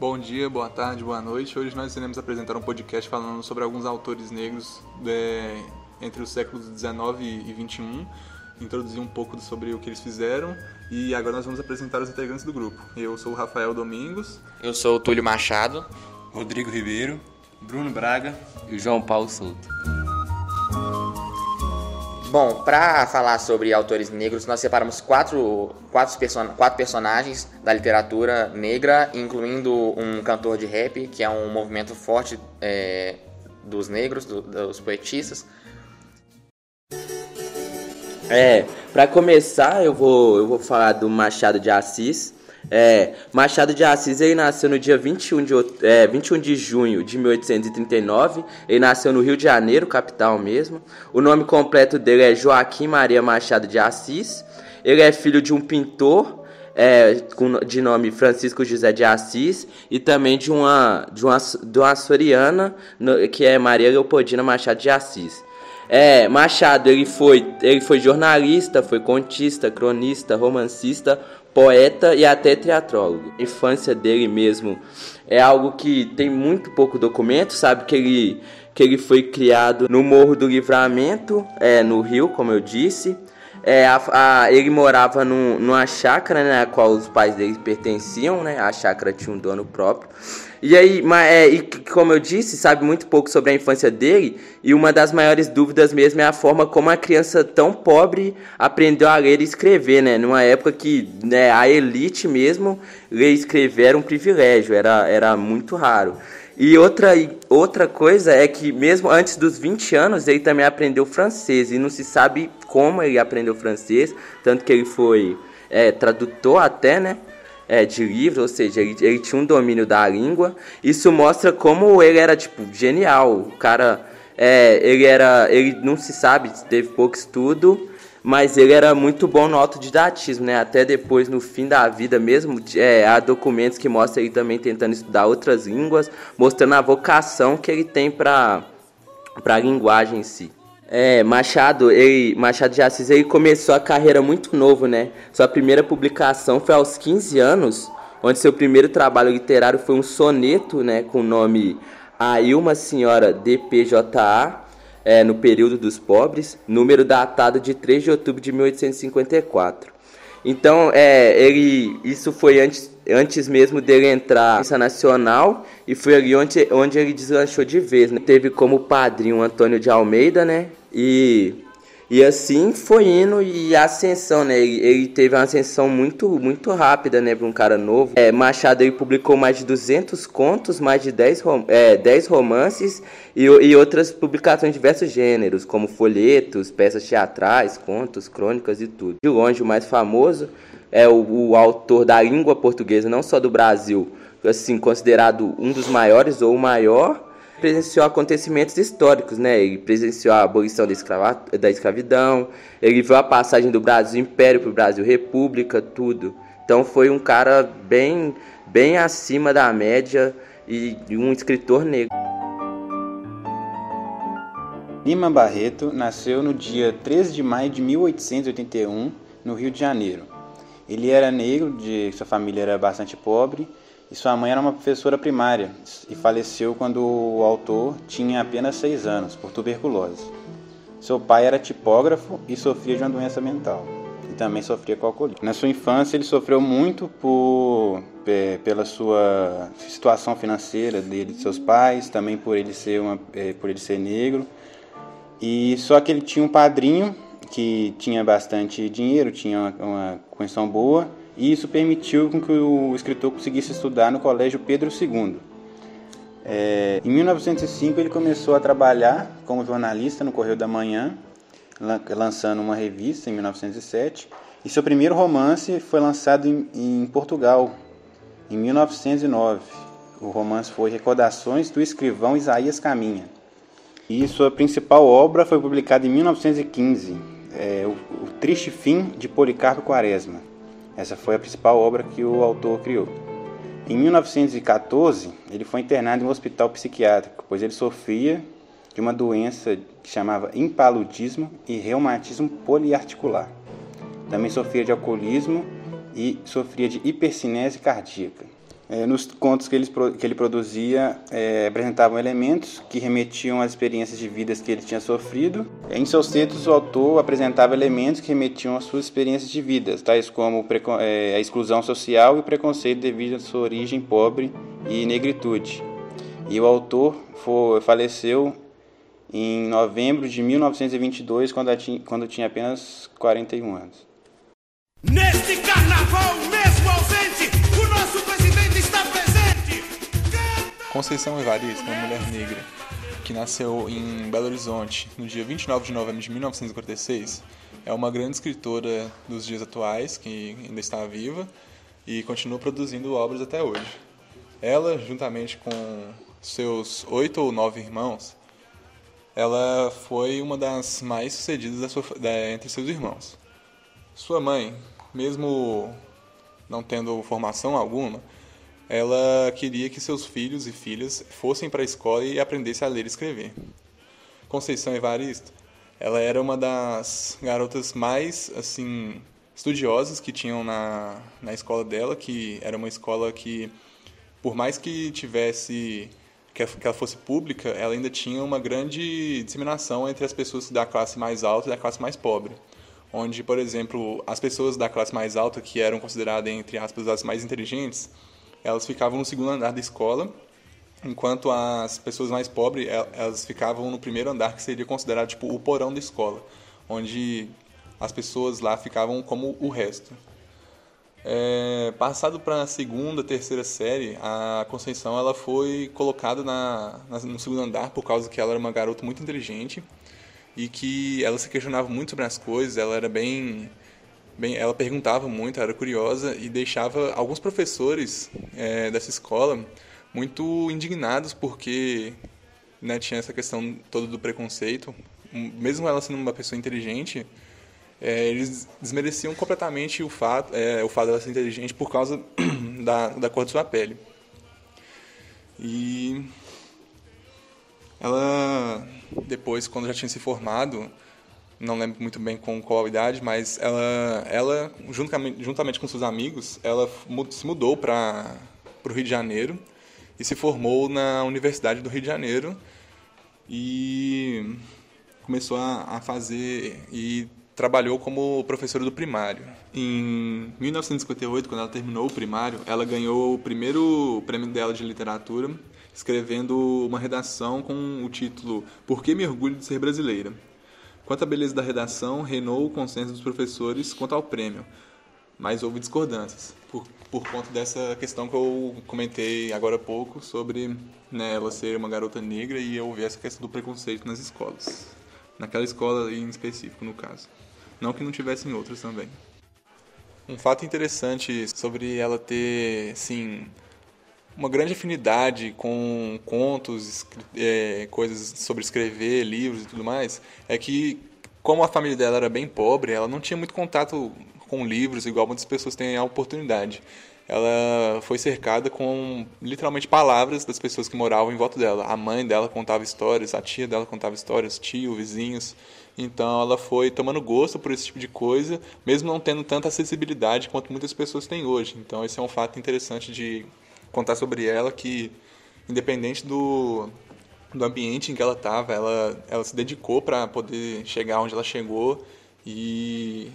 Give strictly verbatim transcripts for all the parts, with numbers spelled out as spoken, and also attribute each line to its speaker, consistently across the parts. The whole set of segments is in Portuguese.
Speaker 1: Bom dia, boa tarde, boa noite. Hoje nós iremos apresentar um podcast falando sobre alguns autores negros é, entre os séculos dezenove e vinte e um, introduzir um pouco sobre o que eles fizeram e agora nós vamos apresentar os integrantes do grupo. Eu sou o Rafael Domingos.
Speaker 2: Eu sou o Túlio Machado.
Speaker 3: Rodrigo Ribeiro. Bruno Braga.
Speaker 4: E o João Paulo Souto.
Speaker 2: Bom, para falar sobre autores negros, nós separamos quatro, quatro, person- quatro personagens da literatura negra, incluindo um cantor de rap, que é um movimento forte é, dos negros, do, dos poetistas.
Speaker 4: É, para começar, eu vou, eu vou falar do Machado de Assis. É, Machado de Assis, ele nasceu no dia vinte e um de, é, vinte e um de junho de mil oitocentos e trinta e nove. Ele nasceu no Rio de Janeiro, capital mesmo. O nome completo dele é Joaquim Maria Machado de Assis. Ele é filho de um pintor é, com, de nome Francisco José de Assis e também de uma, de uma, de uma açoriana, no, que é Maria Leopoldina Machado de Assis. É, Machado, ele foi, ele foi jornalista, foi contista, cronista, romancista, poeta e até teatrólogo. A infância dele mesmo é algo que tem muito pouco documento, sabe? Que ele, que ele foi criado no Morro do Livramento, é, no Rio, como eu disse. É, a, a, ele morava num, numa chácara, né, a qual os pais dele pertenciam, né? A chácara tinha um dono próprio. E aí, mas, é, e, como eu disse, sabe muito pouco sobre a infância dele, e uma das maiores dúvidas mesmo é a forma como a criança tão pobre aprendeu a ler e escrever, né? Numa época que, né, a elite mesmo, ler e escrever era um privilégio, era, era muito raro. E outra, outra coisa é que mesmo antes dos vinte anos ele também aprendeu francês, e não se sabe como ele aprendeu francês, tanto que ele foi é, tradutor até, né? É, de livros, ou seja, ele, ele tinha um domínio da língua. Isso mostra como ele era, tipo, genial. O cara, é, ele era, ele não se sabe, teve pouco estudo, mas ele era muito bom no autodidatismo, né? Até depois, no fim da vida mesmo, é, há documentos que mostram ele também tentando estudar outras línguas, mostrando a vocação que ele tem para a linguagem em si. É, Machado, ele, Machado de Assis, ele começou a carreira muito novo, né? Sua primeira publicação foi aos quinze anos, onde seu primeiro trabalho literário foi um soneto, né, com o nome A Ilma Senhora D P J A, é, no período dos pobres, número datado de três de outubro de mil oitocentos e cinquenta e quatro. Então, é, ele, isso foi antes, antes mesmo dele entrar na nacional, e foi ali onde, onde ele deslanchou de vez, né? Teve como padrinho Antônio de Almeida, né? E, e assim foi indo, e a ascensão, né? Ele, ele teve uma ascensão muito, muito rápida, né? Para um cara novo. É, Machado, ele publicou mais de duzentos contos, mais de dez, é, dez romances e, e outras publicações de diversos gêneros, como folhetos, peças teatrais, contos, crônicas e tudo. De longe, o mais famoso é o, o autor da língua portuguesa, não só do Brasil, assim, considerado um dos maiores ou o maior. Presenciou acontecimentos históricos, né? Ele presenciou a abolição da, escrava, da escravidão, ele viu a passagem do Brasil Império para o Brasil República, tudo. Então foi um cara bem, bem acima da média e um escritor negro.
Speaker 3: Lima Barreto nasceu no dia treze de maio de mil oitocentos e oitenta e um, no Rio de Janeiro. Ele era negro, de, sua família era bastante pobre, e sua mãe era uma professora primária e faleceu quando o autor tinha apenas seis anos, por tuberculose. Seu pai era tipógrafo e sofria de uma doença mental, e também sofria com alcoolismo. Na sua infância ele sofreu muito por, pela sua situação financeira dele, de seus pais, também por ele ser, uma, por ele ser negro, e só que ele tinha um padrinho que tinha bastante dinheiro, tinha uma, uma condição boa, e isso permitiu que o escritor conseguisse estudar no Colégio Pedro segundo. É, em mil novecentos e cinco ele começou a trabalhar como jornalista no Correio da Manhã, lançando uma revista em mil novecentos e sete, e seu primeiro romance foi lançado em, em Portugal, em mil novecentos e nove. O romance foi Recordações do Escrivão Isaías Caminha. E sua principal obra foi publicada em mil novecentos e quinze, é, o, o Triste Fim de Policarpo Quaresma. Essa foi a principal obra que o autor criou. Em mil novecentos e quatorze, ele foi internado em um hospital psiquiátrico, pois ele sofria de uma doença que chamava impaludismo e reumatismo poliarticular. Também sofria de alcoolismo e sofria de hipercinese cardíaca. É, nos contos que ele, que ele produzia, é, apresentavam elementos que remetiam às experiências de vidas que ele tinha sofrido. Em seus textos, o autor apresentava elementos que remetiam às suas experiências de vidas, tais como é, a exclusão social e o preconceito devido à sua origem pobre e negritude. E o autor foi, faleceu em novembro de mil novecentos e vinte e dois, quando, tinha, quando tinha apenas quarenta e um anos.
Speaker 5: Neste carnaval, mesmo ausente, o nosso presidente está presente.
Speaker 1: Conceição Evaristo é uma mulher negra que nasceu em Belo Horizonte no dia vinte e nove de novembro de mil novecentos e quarenta e seis. É uma grande escritora dos dias atuais, que ainda está viva e continua produzindo obras até hoje. Ela, juntamente com seus oito ou nove irmãos, ela foi uma das mais sucedidas da sua, da, entre seus irmãos. Sua mãe, mesmo não tendo formação alguma, ela queria que seus filhos e filhas fossem para a escola e aprendessem a ler e escrever. Conceição Evaristo, ela era uma das garotas mais assim estudiosas que tinham na, na escola dela, que era uma escola que, por mais que tivesse que ela fosse pública, ela ainda tinha uma grande disseminação entre as pessoas da classe mais alta e da classe mais pobre. Onde, por exemplo, as pessoas da classe mais alta, que eram consideradas, entre aspas, as mais inteligentes, elas ficavam no segundo andar da escola, enquanto as pessoas mais pobres, elas ficavam no primeiro andar, que seria considerado tipo o porão da escola, onde as pessoas lá ficavam como o resto. É, passado para a segunda, terceira série, a Conceição ela foi colocada na, na, no segundo andar por causa que ela era uma garota muito inteligente e que ela se questionava muito sobre as coisas, ela era bem, bem ela perguntava muito, ela era curiosa e deixava alguns professores é, dessa escola muito indignados porque, né, tinha essa questão toda do preconceito, mesmo ela sendo uma pessoa inteligente. É, eles desmereciam completamente o fato, é, o fato dela ser inteligente por causa da, da cor de sua pele. E ela, depois, quando já tinha se formado, não lembro muito bem com qual idade, mas ela, ela juntamente, juntamente com seus amigos, ela se mudou para o Rio de Janeiro e se formou na Universidade do Rio de Janeiro e começou a, a fazer... e trabalhou como professora do primário. Em mil novecentos e cinquenta e oito, quando ela terminou o primário, ela ganhou o primeiro prêmio dela de literatura, escrevendo uma redação com o título Por que me orgulho de ser brasileira? Quanto à beleza da redação, reinou o consenso dos professores quanto ao prêmio, mas houve discordâncias, por, por conta dessa questão que eu comentei agora há pouco, sobre, né, ela ser uma garota negra e houve essa questão do preconceito nas escolas. Naquela escola em específico, no caso. Não que não tivessem outras também. Um fato interessante sobre ela ter, assim, uma grande afinidade com contos, é, coisas sobre escrever, livros e tudo mais, é que, como a família dela era bem pobre, ela não tinha muito contato com livros, igual muitas pessoas têm a oportunidade. Ela foi cercada com, literalmente, palavras das pessoas que moravam em volta dela. A mãe dela contava histórias, a tia dela contava histórias, tio, vizinhos. Então, ela foi tomando gosto por esse tipo de coisa, mesmo não tendo tanta acessibilidade quanto muitas pessoas têm hoje. Então, esse é um fato interessante de contar sobre ela, que, independente do, do ambiente em que ela estava, ela, ela se dedicou para poder chegar onde ela chegou. E,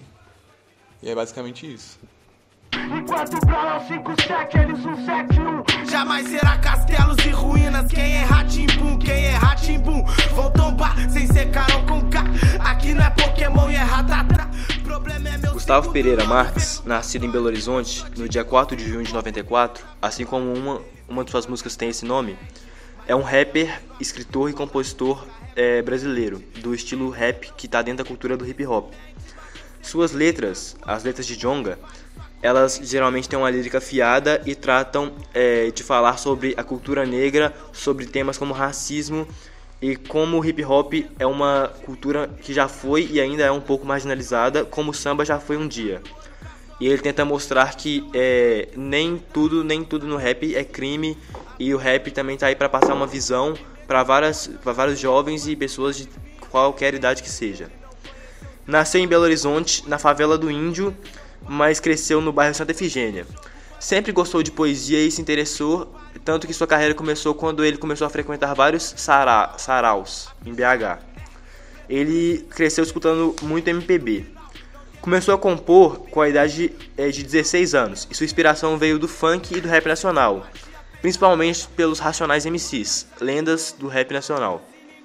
Speaker 1: e é basicamente isso.
Speaker 5: Enquanto o grau é o cinco sete, eles um sete um. Jamais será castelos e ruínas. Quem é Ratimbum, quem é Ratimbum vão tombar sem ser Carol com K. Aqui não é Pokémon e é Ratatá. Problema é meu.
Speaker 6: Gustavo Pereira Marques, nascido em Belo Horizonte no dia quatro de junho de noventa e quatro, assim como uma, uma de suas músicas tem esse nome, é um rapper, escritor e compositor é, brasileiro, do estilo rap que está dentro da cultura do hip hop. Suas letras, as letras de Djonga, elas geralmente têm uma lírica afiada e tratam é, de falar sobre a cultura negra, sobre temas como racismo e como o hip hop é uma cultura que já foi e ainda é um pouco marginalizada, como o samba já foi um dia. E ele tenta mostrar que é, nem tudo, nem tudo no rap é crime, e o rap também está aí para passar uma visão para várias, para vários jovens e pessoas de qualquer idade que seja. Nasceu em Belo Horizonte, na favela do Índio, mas cresceu no bairro Santa Efigênia. Sempre gostou de poesia e se interessou, tanto que sua carreira começou quando ele começou a frequentar vários sará, saraus em B H. Ele cresceu escutando muito M P B. Começou a compor com a idade de dezesseis anos, e sua inspiração veio do funk e do rap nacional, principalmente pelos Racionais M Cs, lendas do rap nacional.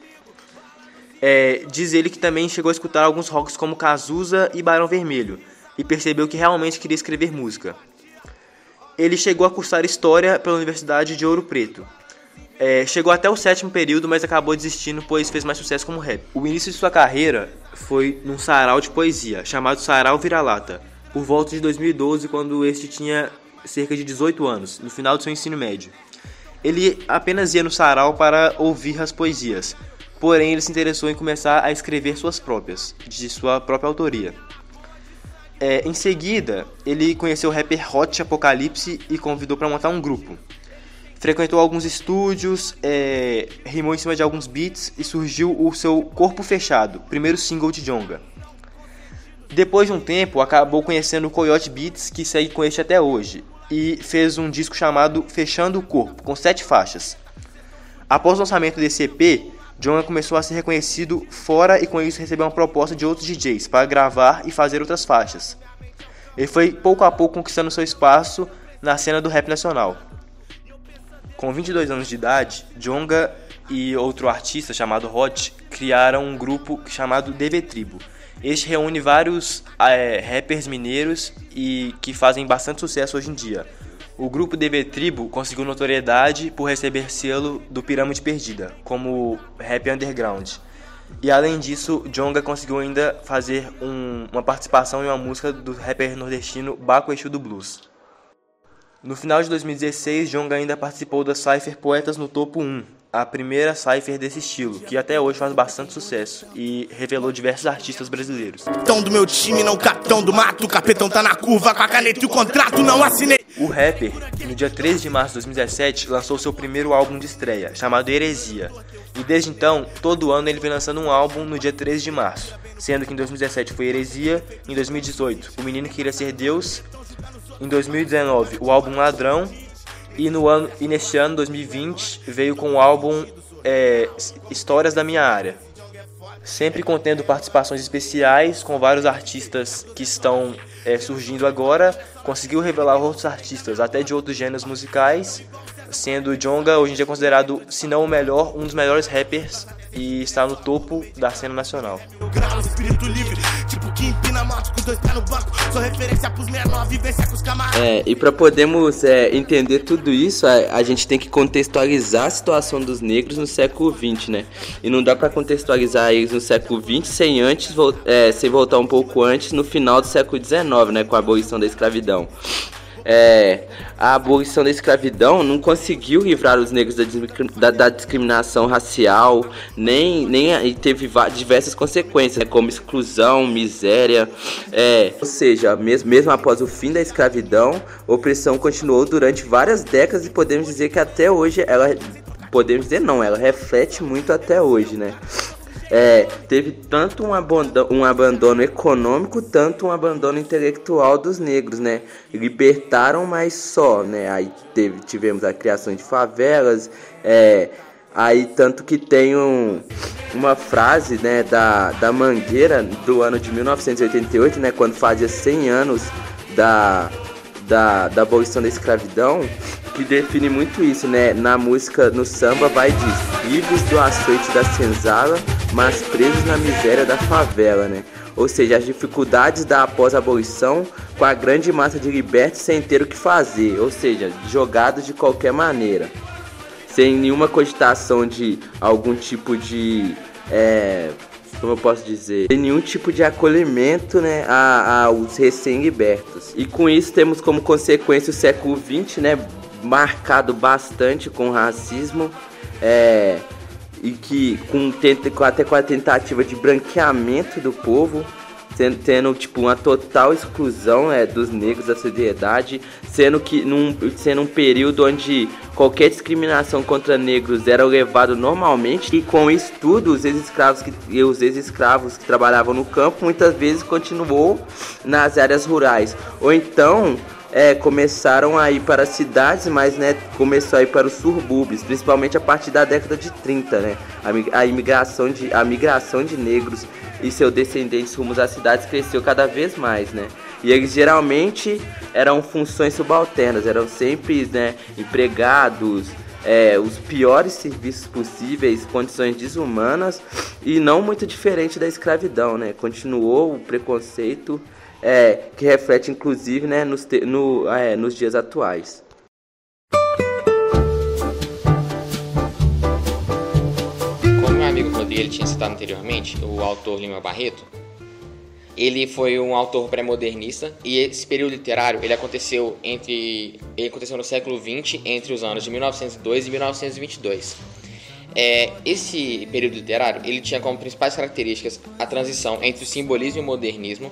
Speaker 6: É, diz ele que também chegou a escutar alguns rocks como Cazuza e Barão Vermelho, e percebeu que realmente queria escrever música. Ele chegou a cursar História pela Universidade de Ouro Preto. É, chegou até o sétimo período, mas acabou desistindo, pois fez mais sucesso como rap. O início de sua carreira foi num sarau de poesia, chamado Sarau Vira-Lata, por volta de dois mil e doze, quando este tinha cerca de dezoito anos, no final do seu ensino médio. Ele apenas ia no sarau para ouvir as poesias, porém ele se interessou em começar a escrever suas próprias, de sua própria autoria. É, em seguida, ele conheceu o rapper Hot Apocalipse e convidou para montar um grupo. Frequentou alguns estúdios, é, rimou em cima de alguns beats e surgiu o seu Corpo Fechado, primeiro single de Djonga. Depois de um tempo, acabou conhecendo o Coyote Beats, que segue com este até hoje, e fez um disco chamado Fechando o Corpo, com sete faixas. Após o lançamento desse E P, Djonga começou a ser reconhecido fora e com isso recebeu uma proposta de outros D Js para gravar e fazer outras faixas. Ele foi pouco a pouco conquistando seu espaço na cena do rap nacional. Com vinte e dois anos de idade, Djonga e outro artista chamado Hot criaram um grupo chamado D V Tribo. Este reúne vários é, rappers mineiros e que fazem bastante sucesso hoje em dia. O grupo D V Tribo conseguiu notoriedade por receber selo do Pirâmide Perdida, como rap underground. E além disso, Djonga conseguiu ainda fazer um, uma participação em uma música do rapper nordestino Baco Exu do Blues. No final de dois mil e dezesseis, Djonga ainda participou da Cypher Poetas no Topo um, a primeira cypher desse estilo, que até hoje faz bastante sucesso e revelou diversos artistas brasileiros.
Speaker 5: Capitão do meu time, não capitão do mato, o capitão tá na curva, com a caneta e o contrato não assinei.
Speaker 6: O rapper, no dia treze de março de dois mil e dezessete, lançou seu primeiro álbum de estreia, chamado Heresia. E desde então, todo ano ele vem lançando um álbum no dia treze de março, sendo que em dois mil e dezessete foi Heresia, em dois mil e dezoito, O Menino que Queria Ser Deus, em dois mil e dezenove, o álbum Ladrão, e, no ano, e neste ano, dois mil e vinte, veio com o álbum é, Histórias da Minha Área. Sempre contendo participações especiais com vários artistas que estão é, surgindo agora. Conseguiu revelar outros artistas, até de outros gêneros musicais, sendo Djonga hoje em dia considerado, se não o melhor, um dos melhores rappers e está no topo da cena nacional.
Speaker 4: É, e para podermos é, entender tudo isso, a, a gente tem que contextualizar a situação dos negros no século vinte, né? E não dá para contextualizar eles no século vinte sem antes é, sem voltar um pouco antes, no final do século dezenove, né, com a abolição da escravidão. É, a abolição da escravidão não conseguiu livrar os negros da, da, da discriminação racial, nem, nem e teve diversas consequências, né, como exclusão, miséria, é, ou seja, mesmo, mesmo após o fim da escravidão, a opressão continuou durante várias décadas e podemos dizer que até hoje ela, podemos dizer não, ela reflete muito até hoje, né? É, teve tanto um abandono, um abandono econômico, tanto um abandono intelectual dos negros, né? Libertaram, mas só, né? Aí teve, tivemos a criação de favelas, é, aí tanto que tem um, uma frase, né, da, da Mangueira do ano de mil novecentos e oitenta e oito, né, quando fazia cem anos da, da, da abolição da escravidão, que define muito isso, né? Na música, no samba, vai diz: livres do açoite da senzala, mas presos na miséria da favela, né? Ou seja, as dificuldades da após-abolição com a grande massa de libertos sem ter o que fazer, ou seja, jogados de qualquer maneira, sem nenhuma cogitação de algum tipo de, é, como eu posso dizer, sem nenhum tipo de acolhimento, né, a, aos recém-libertos. E com isso temos como consequência o século vinte, né, marcado bastante com racismo, é, e que com, com, até com a tentativa de branqueamento do povo, sendo, tendo tipo uma total exclusão é, dos negros da sociedade, sendo que num, sendo um período onde qualquer discriminação contra negros era levado normalmente, e com isso tudo os ex-escravos que, e os ex-escravos que trabalhavam no campo muitas vezes continuou nas áreas rurais, ou então é, começaram a ir para as cidades, mas né, começou a ir para os subúrbios, principalmente a partir da década de trinta, né? A, a, imigração de, a migração de negros e seus descendentes rumos às cidades cresceu cada vez mais, né? E eles geralmente eram funções subalternas, eram sempre, né, empregados, é, os piores serviços possíveis, condições desumanas e não muito diferente da escravidão, né? Continuou o preconceito é, que reflete inclusive, né, nos, te, no, é, nos dias atuais.
Speaker 2: Como meu amigo Rodrigo ele tinha citado anteriormente, o autor Lima Barreto, ele foi um autor pré-modernista e esse período literário ele aconteceu entre ele aconteceu no século vinte, entre os anos de mil novecentos e dois e mil novecentos e vinte e dois. É, esse período literário ele tinha como principais características a transição entre o simbolismo e o modernismo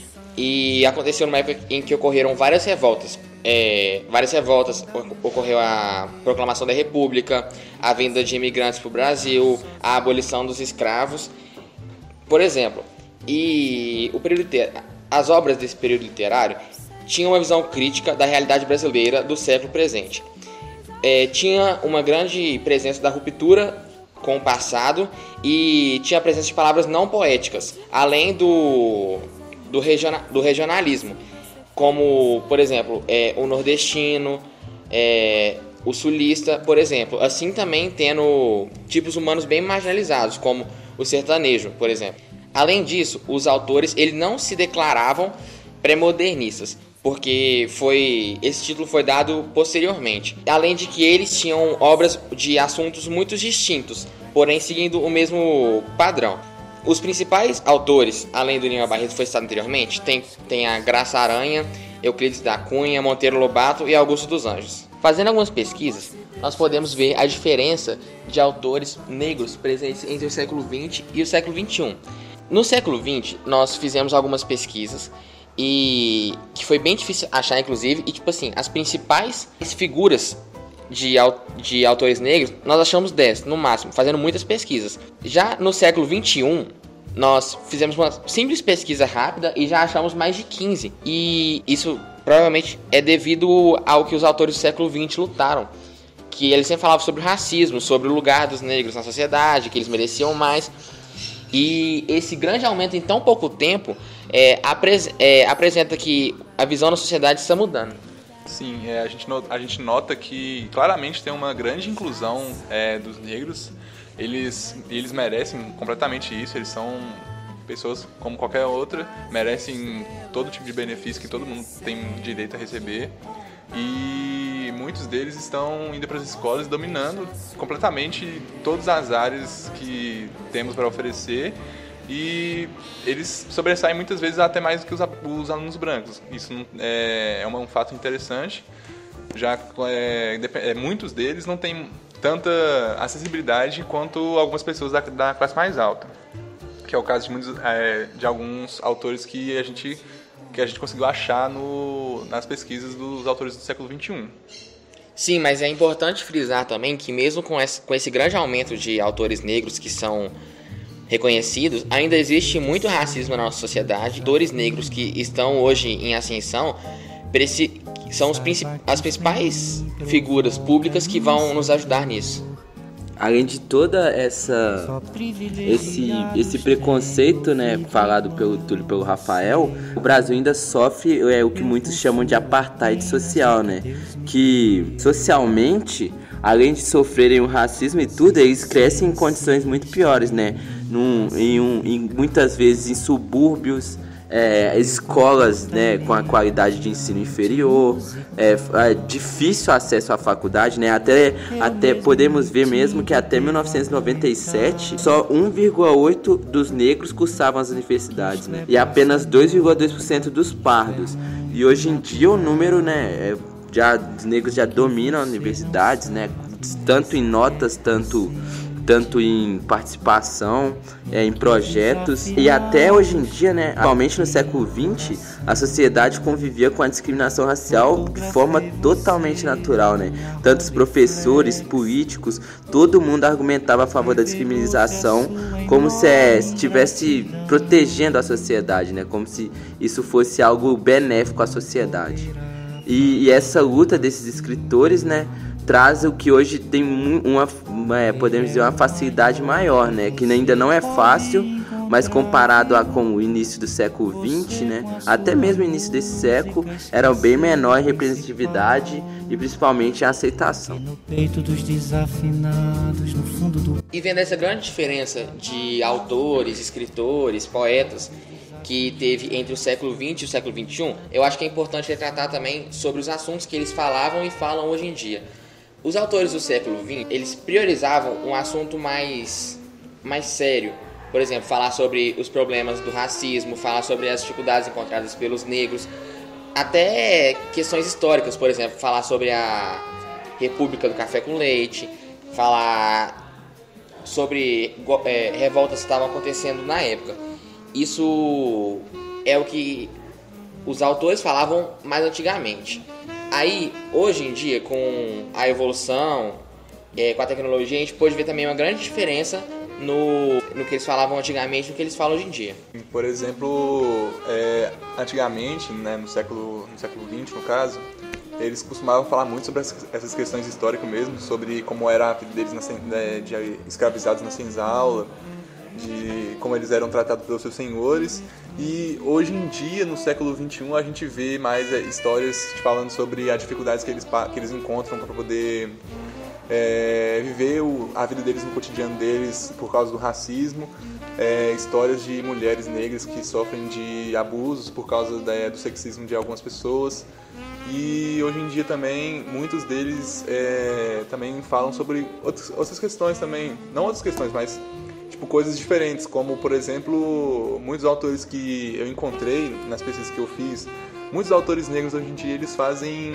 Speaker 2: e aconteceu numa época em que ocorreram várias revoltas. É, várias revoltas, ocorreu a proclamação da República, a vinda de imigrantes para o Brasil, a abolição dos escravos, por exemplo. E o período literário, as obras desse período literário tinham uma visão crítica da realidade brasileira do século presente. É, tinha uma grande presença da ruptura com o passado e tinha a presença de palavras não poéticas, além do, do, regiona, do regionalismo, como, por exemplo, é, o nordestino, é, o sulista, por exemplo. Assim também tendo tipos humanos bem marginalizados, como o sertanejo, por exemplo. Além disso, os autores eles não se declaravam pré-modernistas, porque foi, esse título foi dado posteriormente. Além de que eles tinham obras de assuntos muito distintos, porém seguindo o mesmo padrão. Os principais autores, além do Lima Barreto, que foi citado anteriormente, tem, tem a Graça Aranha, Euclides da Cunha, Monteiro Lobato e Augusto dos Anjos. Fazendo algumas pesquisas, nós podemos ver a diferença de autores negros presentes entre o século vinte e o século vinte e um. No século vinte, nós fizemos algumas pesquisas e que foi bem difícil achar, inclusive, e tipo assim, as principais figuras de, de autores negros, nós achamos dez, no máximo, fazendo muitas pesquisas. Já no século vinte e um, nós fizemos uma simples pesquisa rápida e já achamos mais de quinze. E isso provavelmente é devido ao que os autores do século vinte lutaram. Que eles sempre falavam sobre o racismo, sobre o lugar dos negros na sociedade, que eles mereciam mais. E esse grande aumento em tão pouco tempo é, apres, é, apresenta que a visão da sociedade está mudando.
Speaker 1: Sim, é, a, gente not, a gente nota que claramente tem uma grande inclusão é, dos negros. Eles, eles merecem completamente isso, eles são pessoas como qualquer outra, merecem todo tipo de benefício que todo mundo tem direito a receber. E muitos deles estão indo para as escolas dominando completamente todas as áreas que temos para oferecer e eles sobressaem muitas vezes até mais do que os, os alunos brancos. Isso é, é um fato interessante, já é, é, muitos deles não têm tanta acessibilidade quanto algumas pessoas da, da classe mais alta, que é o caso de, muitos, é, de alguns autores que a gente... que a gente conseguiu achar no, nas pesquisas dos autores do século vinte e um.
Speaker 2: Sim, mas é importante frisar também que mesmo com esse, com esse grande aumento de autores negros que são reconhecidos, ainda existe muito racismo na nossa sociedade. Autores negros que estão hoje em ascensão preci, são os, as principais figuras públicas que vão nos ajudar nisso.
Speaker 4: Além de toda essa esse, esse preconceito, né, falado pelo Túlio, pelo Rafael, o Brasil ainda sofre é, o que muitos chamam de apartheid social, né? Que socialmente, além de sofrerem o racismo e tudo, eles crescem em condições muito piores, né? Num, em, um, em, muitas vezes em subúrbios, é, escolas, né, com a qualidade de ensino inferior, é, é difícil acesso à faculdade, né, até, até podemos ver mesmo que até mil novecentos e noventa e sete só um vírgula oito por cento dos negros cursavam as universidades, né, e apenas dois vírgula dois por cento dos pardos. E hoje em dia o número, né, já, os negros já dominam as universidades, né, tanto em notas, tanto tanto em participação, é, em projetos, e até hoje em dia, né, atualmente no século vinte, a sociedade convivia com a discriminação racial de forma totalmente natural, né? Tanto os professores, políticos, todo mundo argumentava a favor da discriminação como se é, estivesse protegendo a sociedade, né? Como se isso fosse algo benéfico à sociedade. E, e essa luta desses escritores, né, traz o que hoje tem uma, uma é, podemos dizer, uma facilidade maior, né, que ainda não é fácil, mas comparado a, com o início do século vinte, né, até mesmo o início desse século, era bem menor em representatividade e principalmente em aceitação.
Speaker 2: E vendo essa grande diferença de autores, escritores, poetas que teve entre o século vinte e o século vinte e um, eu acho que é importante retratar também sobre os assuntos que eles falavam e falam hoje em dia. Os autores do século vinte, eles priorizavam um assunto mais, mais sério. Por exemplo, falar sobre os problemas do racismo, falar sobre as dificuldades encontradas pelos negros, até questões históricas, por exemplo, falar sobre a República do Café com Leite, falar sobre é, revoltas que estavam acontecendo na época. Isso é o que os autores falavam mais antigamente. Aí, hoje em dia, com a evolução, é, com a tecnologia, a gente pode ver também uma grande diferença no, no que eles falavam antigamente e no que eles falam hoje em dia.
Speaker 1: Por exemplo, é, antigamente, né, no século, no século vinte, no caso, eles costumavam falar muito sobre essas questões históricas mesmo, sobre como era a vida deles na, né, de escravizados na senzala, de como eles eram tratados pelos seus senhores. E hoje em dia, no século vinte e um, a gente vê mais é, histórias falando sobre as dificuldades que eles, que eles encontram para poder é, viver o, a vida deles no cotidiano deles por causa do racismo. É, histórias de mulheres negras que sofrem de abusos por causa da, do sexismo de algumas pessoas. E hoje em dia também, muitos deles é, também falam sobre outras, outras questões também, não outras questões, mas tipo, coisas diferentes, como, por exemplo, muitos autores que eu encontrei nas pesquisas que eu fiz, muitos autores negros hoje em dia, eles fazem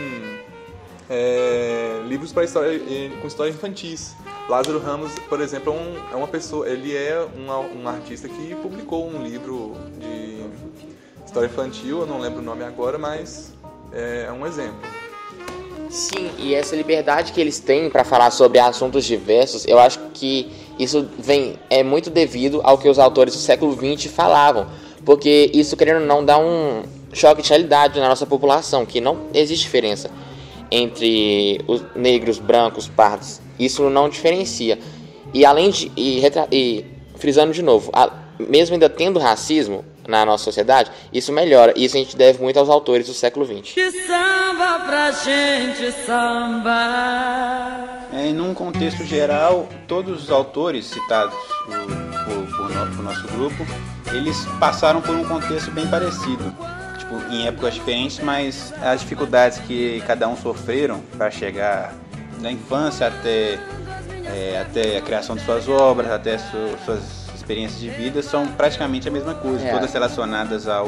Speaker 1: é, livros para história, com histórias infantis. Lázaro Ramos, por exemplo, é, um, é uma pessoa, ele é um, um artista que publicou um livro de história infantil, eu não lembro o nome agora, mas é um exemplo.
Speaker 2: Sim, e essa liberdade que eles têm para falar sobre assuntos diversos, eu acho que isso vem, é muito devido ao que os autores do século vinte falavam, porque isso, querendo ou não, dá um choque de realidade na nossa população, que não existe diferença entre os negros, brancos, pardos. Isso não diferencia. E além de, e, e frisando de novo, a, mesmo ainda tendo racismo na nossa sociedade, isso melhora. E isso a gente deve muito aos autores do século vinte.
Speaker 5: De samba pra gente sambar.
Speaker 3: É, num contexto geral, todos os autores citados por, por, por, no, por nosso grupo, eles passaram por um contexto bem parecido, tipo, em épocas diferentes, mas as dificuldades que cada um sofreram para chegar da infância até, é, até a criação de suas obras, até su, suas experiências de vida, são praticamente a mesma coisa, é. Todas relacionadas ao,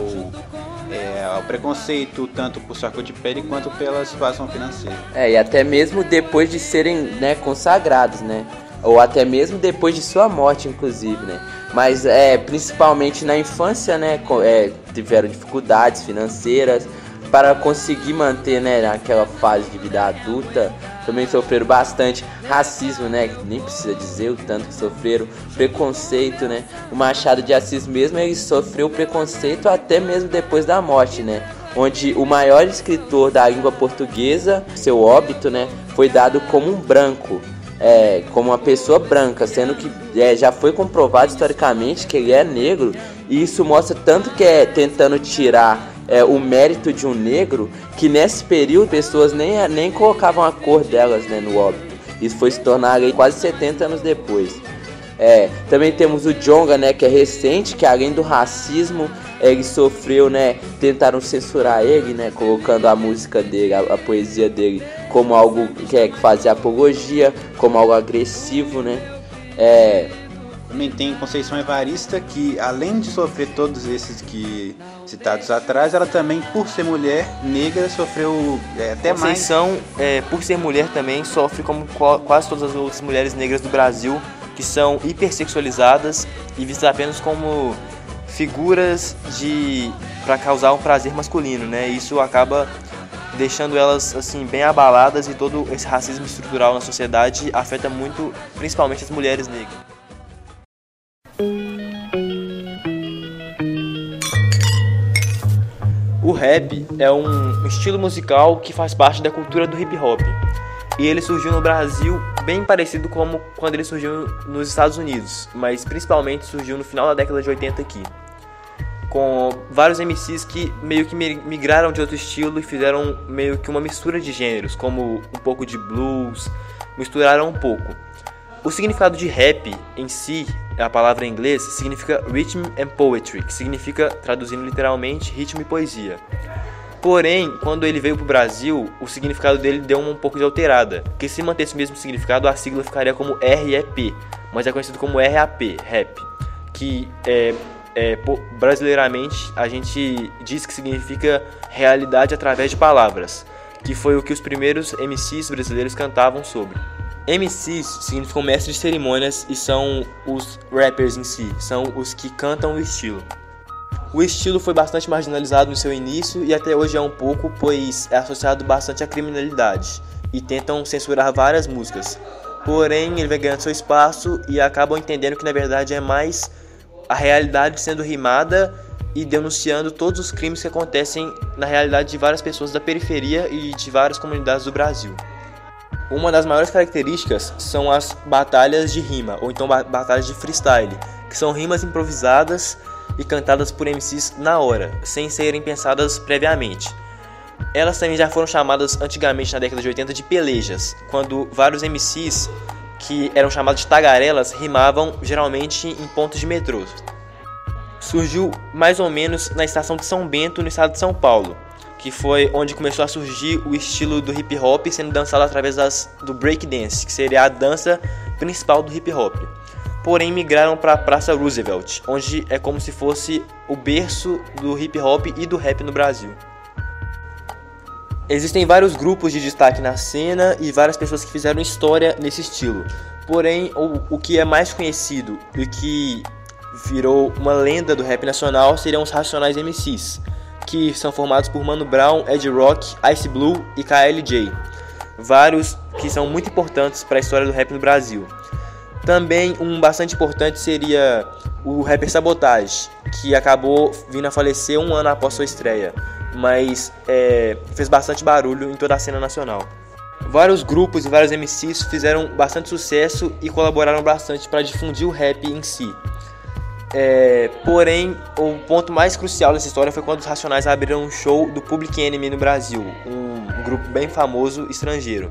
Speaker 3: é, ao preconceito, tanto por sua cor de pele quanto pela situação financeira.
Speaker 4: É, e até mesmo depois de serem, né, consagrados, né? Ou até mesmo depois de sua morte, inclusive, né? Mas é, principalmente na infância, né, é, tiveram dificuldades financeiras para conseguir manter, né, naquela fase de vida adulta. Também sofreram bastante racismo, né, nem precisa dizer o tanto que sofreram, preconceito, né. O Machado de Assis mesmo, ele sofreu preconceito até mesmo depois da morte, né, onde o maior escritor da língua portuguesa, seu óbito, né, foi dado como um branco, é, como uma pessoa branca, sendo que é, já foi comprovado historicamente que ele é negro, e isso mostra tanto que é tentando tirar É, o mérito de um negro, que nesse período pessoas nem, nem colocavam a cor delas, né, no óbito. Isso foi se tornar aí quase setenta anos depois. É, também temos o Djonga, né, que é recente, que além do racismo, ele sofreu, né, tentaram censurar ele, né, colocando a música dele, a, a poesia dele, como algo que, é, que fazia apologia, como algo agressivo, né. É,
Speaker 3: Também tem Conceição Evarista, que além de sofrer todos esses que citados atrás, ela também, por ser mulher negra, sofreu é, até mais.
Speaker 6: Conceição, é, por ser mulher também, sofre como quase todas as outras mulheres negras do Brasil, que são hipersexualizadas e vistas apenas como figuras de para causar um prazer masculino, né? Isso acaba deixando elas assim bem abaladas, e todo esse racismo estrutural na sociedade afeta muito, principalmente as mulheres negras.
Speaker 4: O
Speaker 6: rap é um estilo musical que faz parte da cultura do hip hop. E ele surgiu no Brasil bem parecido como quando ele surgiu nos Estados Unidos, mas principalmente surgiu no final da década de oitenta aqui, com vários M Cs que meio que migraram de outro estilo e fizeram meio que uma mistura de gêneros, como um pouco de blues, misturaram um pouco. O significado de rap em si, a palavra em inglês, significa Rhythm and Poetry, que significa, traduzindo literalmente, ritmo e poesia. Porém, quando ele veio para o Brasil, o significado dele deu um pouco de alterada, porque se mantesse o mesmo significado, a sigla ficaria como R E P, mas é conhecido como R A P, rap, que é, é, brasileiramente a gente diz que significa realidade através de palavras, que foi o que os primeiros M Cs brasileiros cantavam sobre. M Cs significam mestres de cerimônias e são os rappers em si, são os que cantam o estilo. O estilo foi bastante marginalizado no seu início e até hoje é um pouco, pois é associado bastante à criminalidade e tentam censurar várias músicas. Porém, ele vai ganhando seu espaço e acabam entendendo que na verdade é mais a realidade sendo rimada e denunciando todos os crimes que acontecem na realidade de várias pessoas da periferia e de várias comunidades do Brasil. Uma das maiores características são as batalhas de rima, ou então batalhas de freestyle, que são rimas improvisadas e cantadas por M Cs na hora, sem serem pensadas previamente. Elas também já foram chamadas antigamente na década de oitenta de pelejas, quando vários M Cs que eram chamados de tagarelas rimavam geralmente em pontos de metrô. Surgiu mais ou menos na estação de São Bento, no estado de São Paulo, que foi onde começou a surgir o estilo do hip hop sendo dançado através das, do breakdance, que seria a dança principal do hip hop. Porém, migraram para a Praça Roosevelt, onde é como se fosse o berço do hip hop e do rap no Brasil. Existem vários grupos de destaque na cena e várias pessoas que fizeram história nesse estilo. Porém, o, o que é mais conhecido e que virou uma lenda do rap nacional seriam os Racionais M Cs, que são formados por Mano Brown, Ed Rock, Ice Blue e K L J. Vários que são muito importantes para a história do rap no Brasil. Também um bastante importante seria o rapper Sabotage, que acabou vindo a falecer um ano após sua estreia, mas é, fez bastante barulho em toda a cena nacional. Vários grupos e vários M Cs fizeram bastante sucesso e colaboraram bastante para difundir o rap em si. É, porém, o ponto mais crucial dessa história foi quando os Racionais abriram um show do Public Enemy no Brasil, um, um grupo bem famoso estrangeiro.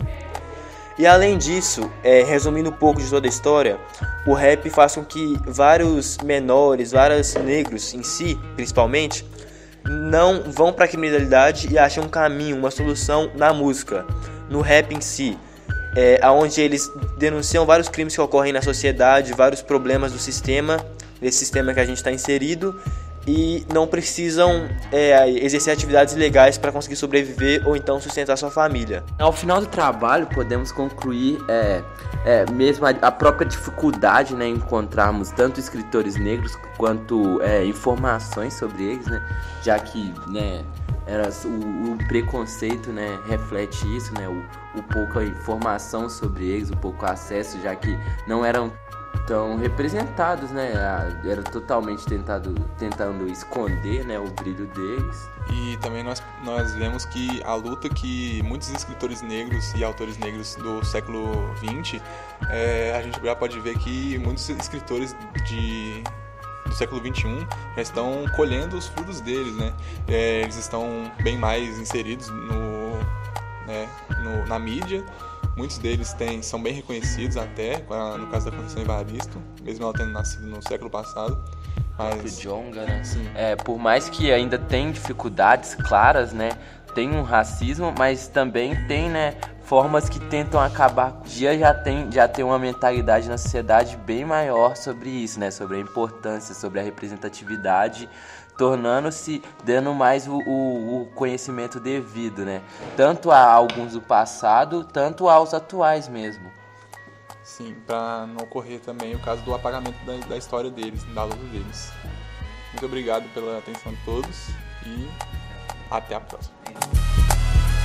Speaker 6: E além disso, é, resumindo um pouco de toda a história, o rap faz com que vários menores, vários negros em si, principalmente, não vão para a criminalidade e acham um caminho, uma solução na música, no rap em si, é, onde eles denunciam vários crimes que ocorrem na sociedade, vários problemas do sistema, desse sistema que a gente está inserido, e não precisam é, exercer atividades ilegais para conseguir sobreviver ou então sustentar sua família.
Speaker 4: Ao final do trabalho, podemos concluir é, é, mesmo a, a própria dificuldade, né, em encontrarmos tanto escritores negros quanto é, informações sobre eles, né, já que, né, era, o, o preconceito, né, reflete isso, né, o, o pouca informação sobre eles, o pouco acesso, já que não eram tão representados, né? Era totalmente tentado, tentando esconder, né, o brilho deles.
Speaker 1: E também nós, nós vemos que a luta que muitos escritores negros e autores negros do século vinte, é, a gente já pode ver que muitos escritores de, do século vinte e um já estão colhendo os frutos deles, né? É, eles estão bem mais inseridos no, né, no, na mídia. Muitos deles têm, são bem reconhecidos até, no caso da Conceição Evaristo, mesmo ela tendo nascido no século passado. Mas...
Speaker 4: O Djonga, né? Sim. É, por mais que ainda tem dificuldades claras, né? Tem um racismo, mas também tem, né, formas que tentam acabar com o dia. Já tem, já tem uma mentalidade na sociedade bem maior sobre isso, né? Sobre a importância, sobre a representatividade, tornando-se, dando mais o, o, o conhecimento devido, né? Tanto a alguns do passado, tanto aos atuais mesmo.
Speaker 1: Sim, para não ocorrer também o caso do apagamento da, da história deles, da luta deles. Muito obrigado pela atenção de todos e até a próxima.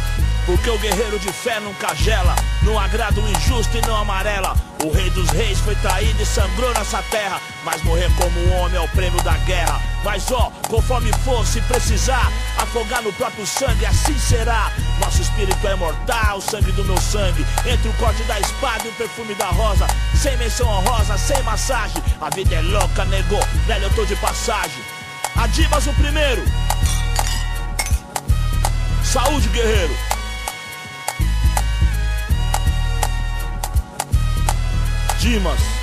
Speaker 5: Porque o guerreiro de fé nunca gela, não agrada o injusto e não amarela. O rei dos reis foi traído e sangrou nessa terra, mas morrer como um homem é o prêmio da guerra. Mas ó, conforme for, se precisar, afogar no próprio sangue, assim será. Nosso espírito é mortal, o sangue do meu sangue, entre o corte da espada e o perfume da rosa. Sem menção honrosa, sem massagem, a vida é louca, nego, velho, eu tô de passagem. Adimas o primeiro. Saúde, guerreiro. Dimas.